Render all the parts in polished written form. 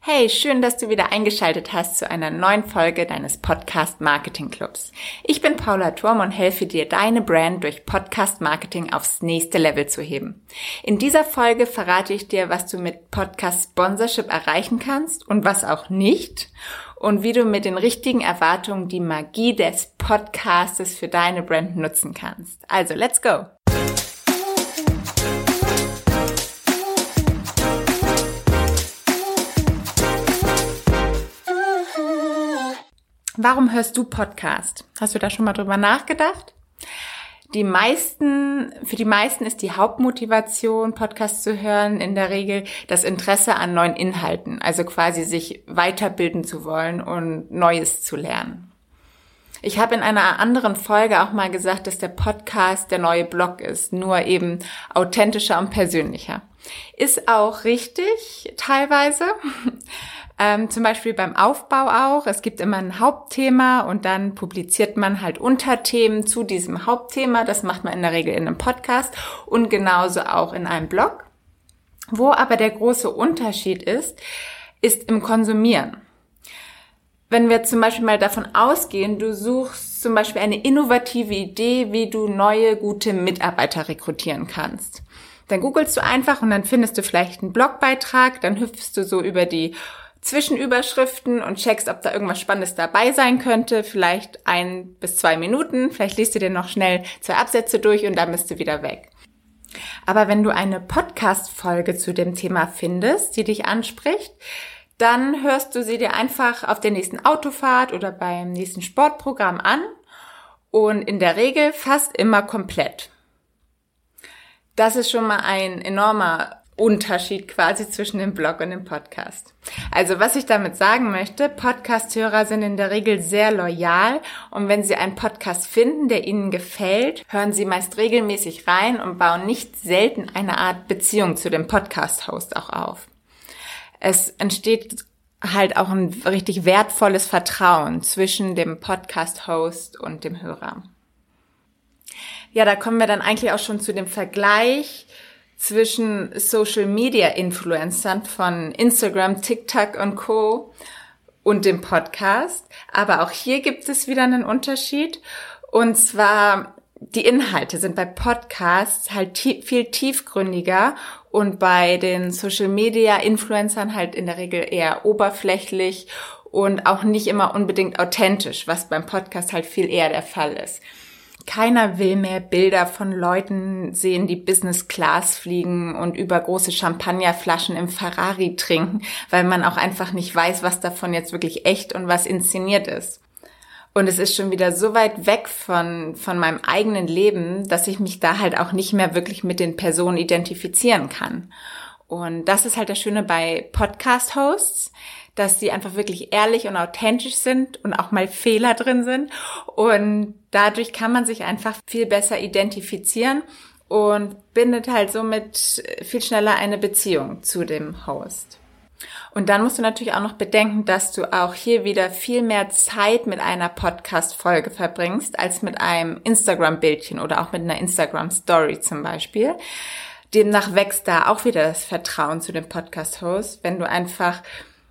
Hey, schön, dass du wieder eingeschaltet hast zu einer neuen Folge deines Podcast Marketing Clubs. Ich bin Paula Thurm und helfe dir, deine Brand durch Podcast Marketing aufs nächste Level zu heben. In dieser Folge verrate ich dir, was du mit Podcast Sponsorship erreichen kannst und was auch nicht und wie du mit den richtigen Erwartungen die Magie des Podcastes für deine Brand nutzen kannst. Also, let's go! Warum hörst du Podcast? Hast du da schon mal drüber nachgedacht? Für die meisten ist die Hauptmotivation, Podcast zu hören, in der Regel das Interesse an neuen Inhalten, also quasi sich weiterbilden zu wollen und Neues zu lernen. Ich habe in einer anderen Folge auch mal gesagt, dass der Podcast der neue Blog ist, nur eben authentischer und persönlicher. Ist auch richtig, teilweise. Zum Beispiel beim Aufbau auch. Es gibt immer ein Hauptthema und dann publiziert man halt Unterthemen zu diesem Hauptthema. Das macht man in der Regel in einem Podcast und genauso auch in einem Blog. Wo aber der große Unterschied ist im Konsumieren. Wenn wir zum Beispiel mal davon ausgehen, du suchst zum Beispiel eine innovative Idee, wie du neue, gute Mitarbeiter rekrutieren kannst. Dann googelst du einfach und dann findest du vielleicht einen Blogbeitrag, dann hüpfst du so über die Zwischenüberschriften und checkst, ob da irgendwas Spannendes dabei sein könnte, vielleicht 1 bis 2 Minuten, vielleicht liest du dir noch schnell 2 Absätze durch und dann bist du wieder weg. Aber wenn du eine Podcast-Folge zu dem Thema findest, die dich anspricht, dann hörst du sie dir einfach auf der nächsten Autofahrt oder beim nächsten Sportprogramm an und in der Regel fast immer komplett. Das ist schon mal ein enormer Unterschied quasi zwischen dem Blog und dem Podcast. Also was ich damit sagen möchte, Podcast-Hörer sind in der Regel sehr loyal und wenn sie einen Podcast finden, der ihnen gefällt, hören sie meist regelmäßig rein und bauen nicht selten eine Art Beziehung zu dem Podcast-Host auch auf. Es entsteht halt auch ein richtig wertvolles Vertrauen zwischen dem Podcast-Host und dem Hörer. Ja, da kommen wir dann eigentlich auch schon zu dem Vergleich zwischen Social-Media-Influencern von Instagram, TikTok und Co. und dem Podcast. Aber auch hier gibt es wieder einen Unterschied. Und zwar, die Inhalte sind bei Podcasts halt viel tiefgründiger und bei den Social-Media-Influencern halt in der Regel eher oberflächlich und auch nicht immer unbedingt authentisch, was beim Podcast halt viel eher der Fall ist. Keiner will mehr Bilder von Leuten sehen, die Business Class fliegen und über große Champagnerflaschen im Ferrari trinken, weil man auch einfach nicht weiß, was davon jetzt wirklich echt und was inszeniert ist. Und es ist schon wieder so weit weg von meinem eigenen Leben, dass ich mich da halt auch nicht mehr wirklich mit den Personen identifizieren kann. Und das ist halt das Schöne bei Podcast-Hosts, dass sie einfach wirklich ehrlich und authentisch sind und auch mal Fehler drin sind. Und dadurch kann man sich einfach viel besser identifizieren und bindet halt somit viel schneller eine Beziehung zu dem Host. Und dann musst du natürlich auch noch bedenken, dass du auch hier wieder viel mehr Zeit mit einer Podcast-Folge verbringst, als mit einem Instagram-Bildchen oder auch mit einer Instagram-Story zum Beispiel. Demnach wächst da auch wieder das Vertrauen zu dem Podcast-Host, wenn du einfach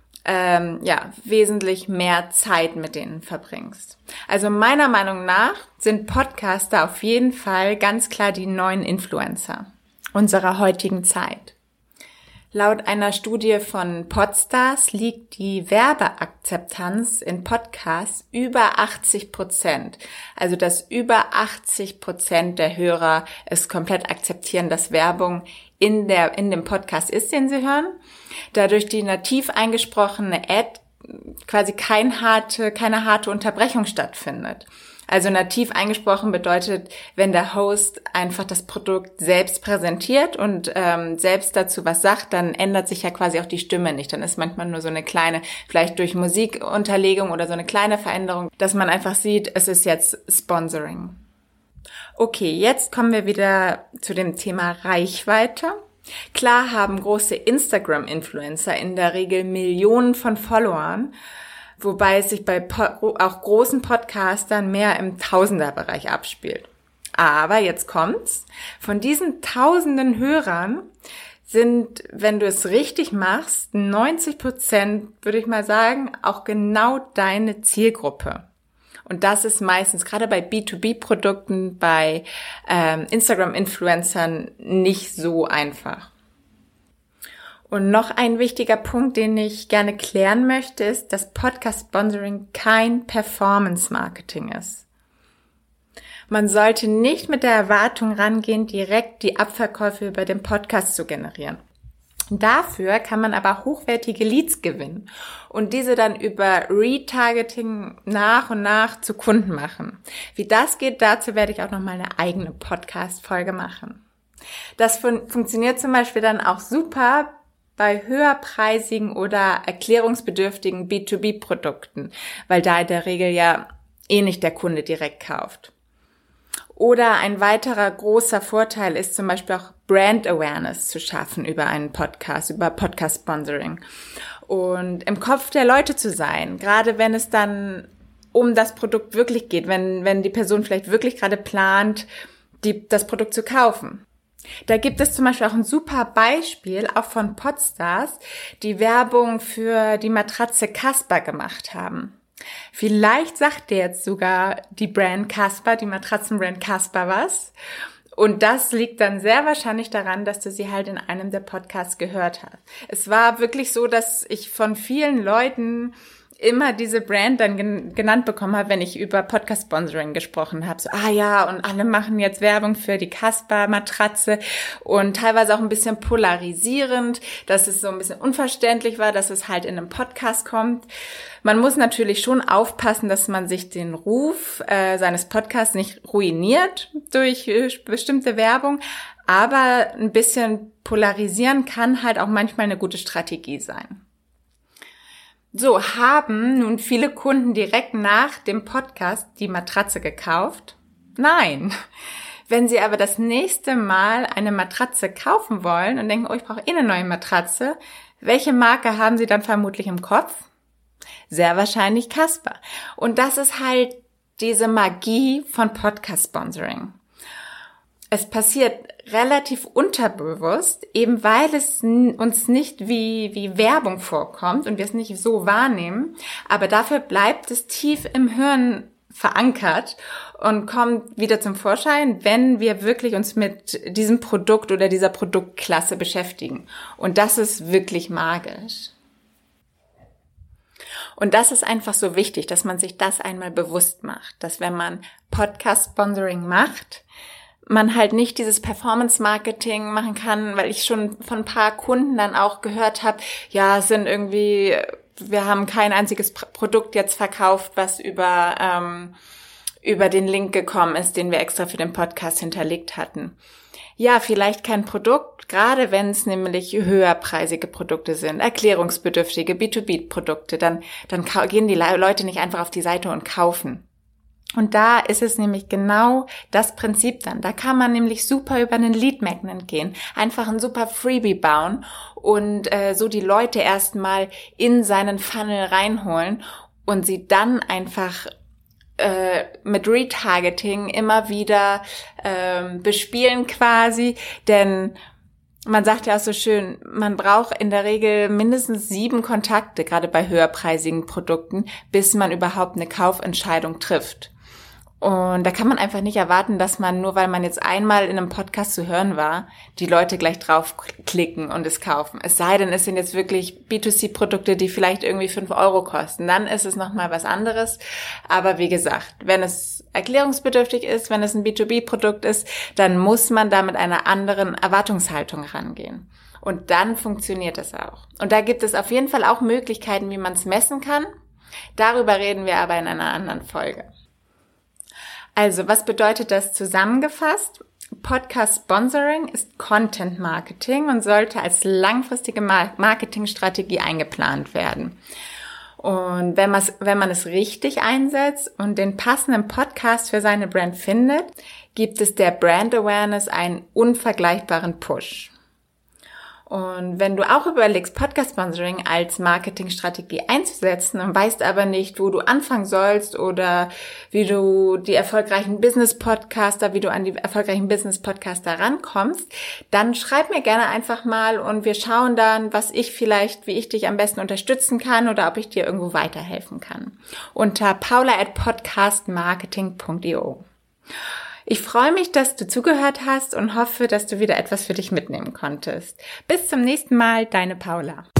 wesentlich mehr Zeit mit denen verbringst. Also meiner Meinung nach sind Podcaster auf jeden Fall ganz klar die neuen Influencer unserer heutigen Zeit. Laut einer Studie von Podstars liegt die Werbeakzeptanz in Podcasts über 80%. Also dass über 80% der Hörer es komplett akzeptieren, dass Werbung in dem Podcast ist, den sie hören. Dadurch die nativ eingesprochene Ad quasi keine harte Unterbrechung stattfindet. Also nativ eingesprochen bedeutet, wenn der Host einfach das Produkt selbst präsentiert und selbst dazu was sagt, dann ändert sich ja quasi auch die Stimme nicht. Dann ist manchmal nur so eine kleine, vielleicht durch Musikunterlegung oder so eine kleine Veränderung, dass man einfach sieht, es ist jetzt Sponsoring. Okay, jetzt kommen wir wieder zu dem Thema Reichweite. Klar haben große Instagram-Influencer in der Regel Millionen von Followern, wobei es sich bei auch großen Podcastern mehr im Tausenderbereich abspielt. Aber jetzt kommt's. Von diesen tausenden Hörern sind, wenn du es richtig machst, 90%, würde ich mal sagen, auch genau deine Zielgruppe. Und das ist meistens gerade bei B2B-Produkten, bei Instagram-Influencern nicht so einfach. Und noch ein wichtiger Punkt, den ich gerne klären möchte, ist, dass Podcast-Sponsoring kein Performance-Marketing ist. Man sollte nicht mit der Erwartung rangehen, direkt die Abverkäufe über den Podcast zu generieren. Dafür kann man aber hochwertige Leads gewinnen und diese dann über Retargeting nach und nach zu Kunden machen. Wie das geht, dazu werde ich auch nochmal eine eigene Podcast-Folge machen. Das funktioniert zum Beispiel dann auch super bei höherpreisigen oder erklärungsbedürftigen B2B-Produkten, weil da in der Regel ja nicht der Kunde direkt kauft. Oder ein weiterer großer Vorteil ist zum Beispiel auch Brand Awareness zu schaffen über einen Podcast, über Podcast-Sponsoring. Und im Kopf der Leute zu sein, gerade wenn es dann um das Produkt wirklich geht, wenn die Person vielleicht wirklich gerade plant, das Produkt zu kaufen. Da gibt es zum Beispiel auch ein super Beispiel, auch von Podstars, die Werbung für die Matratze Casper gemacht haben. Vielleicht sagt dir jetzt sogar die Brand Casper, die Matratzenbrand Casper was. Und das liegt dann sehr wahrscheinlich daran, dass du sie halt in einem der Podcasts gehört hast. Es war wirklich so, dass ich von vielen Leuten immer diese Brand dann genannt bekommen habe, wenn ich über Podcast-Sponsoring gesprochen habe. So, ja, und alle machen jetzt Werbung für die Casper-Matratze und teilweise auch ein bisschen polarisierend, dass es so ein bisschen unverständlich war, dass es halt in einem Podcast kommt. Man muss natürlich schon aufpassen, dass man sich den Ruf seines Podcasts nicht ruiniert durch bestimmte Werbung, aber ein bisschen polarisieren kann halt auch manchmal eine gute Strategie sein. So, haben nun viele Kunden direkt nach dem Podcast die Matratze gekauft? Nein. Wenn sie aber das nächste Mal eine Matratze kaufen wollen und denken, ich brauche eine neue Matratze, welche Marke haben sie dann vermutlich im Kopf? Sehr wahrscheinlich Casper. Und das ist halt diese Magie von Podcast-Sponsoring. Es passiert relativ unterbewusst, eben weil es uns nicht wie Werbung vorkommt und wir es nicht so wahrnehmen, aber dafür bleibt es tief im Hirn verankert und kommt wieder zum Vorschein, wenn wir wirklich uns mit diesem Produkt oder dieser Produktklasse beschäftigen. Und das ist wirklich magisch. Und das ist einfach so wichtig, dass man sich das einmal bewusst macht, dass wenn man Podcast-Sponsoring macht, man halt nicht dieses Performance-Marketing machen kann, weil ich schon von ein paar Kunden dann auch gehört habe, ja, wir haben kein einziges Produkt jetzt verkauft, was über den Link gekommen ist, den wir extra für den Podcast hinterlegt hatten. Ja, vielleicht kein Produkt, gerade wenn es nämlich höherpreisige Produkte sind, erklärungsbedürftige B2B-Produkte, dann gehen die Leute nicht einfach auf die Seite und kaufen. Und da ist es nämlich genau das Prinzip dann. Da kann man nämlich super über einen Lead Magnet gehen, einfach ein super Freebie bauen und so die Leute erstmal in seinen Funnel reinholen und sie dann einfach mit Retargeting immer wieder bespielen quasi, denn man sagt ja auch so schön, man braucht in der Regel mindestens 7 Kontakte, gerade bei höherpreisigen Produkten, bis man überhaupt eine Kaufentscheidung trifft. Und da kann man einfach nicht erwarten, dass man, nur weil man jetzt einmal in einem Podcast zu hören war, die Leute gleich draufklicken und es kaufen. Es sei denn, es sind jetzt wirklich B2C-Produkte, die vielleicht irgendwie 5 Euro kosten. Dann ist es nochmal was anderes. Aber wie gesagt, wenn es erklärungsbedürftig ist, wenn es ein B2B-Produkt ist, dann muss man da mit einer anderen Erwartungshaltung rangehen. Und dann funktioniert es auch. Und da gibt es auf jeden Fall auch Möglichkeiten, wie man es messen kann. Darüber reden wir aber in einer anderen Folge. Also, was bedeutet das zusammengefasst? Podcast-Sponsoring ist Content-Marketing und sollte als langfristige Marketingstrategie eingeplant werden. Und wenn man es richtig einsetzt und den passenden Podcast für seine Brand findet, gibt es der Brand Awareness einen unvergleichbaren Push. Und wenn du auch überlegst, Podcast-Sponsoring als Marketingstrategie einzusetzen und weißt aber nicht, wo du anfangen sollst oder wie du an die erfolgreichen Business-Podcaster rankommst, dann schreib mir gerne einfach mal und wir schauen dann, wie ich dich am besten unterstützen kann oder ob ich dir irgendwo weiterhelfen kann. Unter paula@podcastmarketing.io. Ich freue mich, dass du zugehört hast und hoffe, dass du wieder etwas für dich mitnehmen konntest. Bis zum nächsten Mal, deine Paula.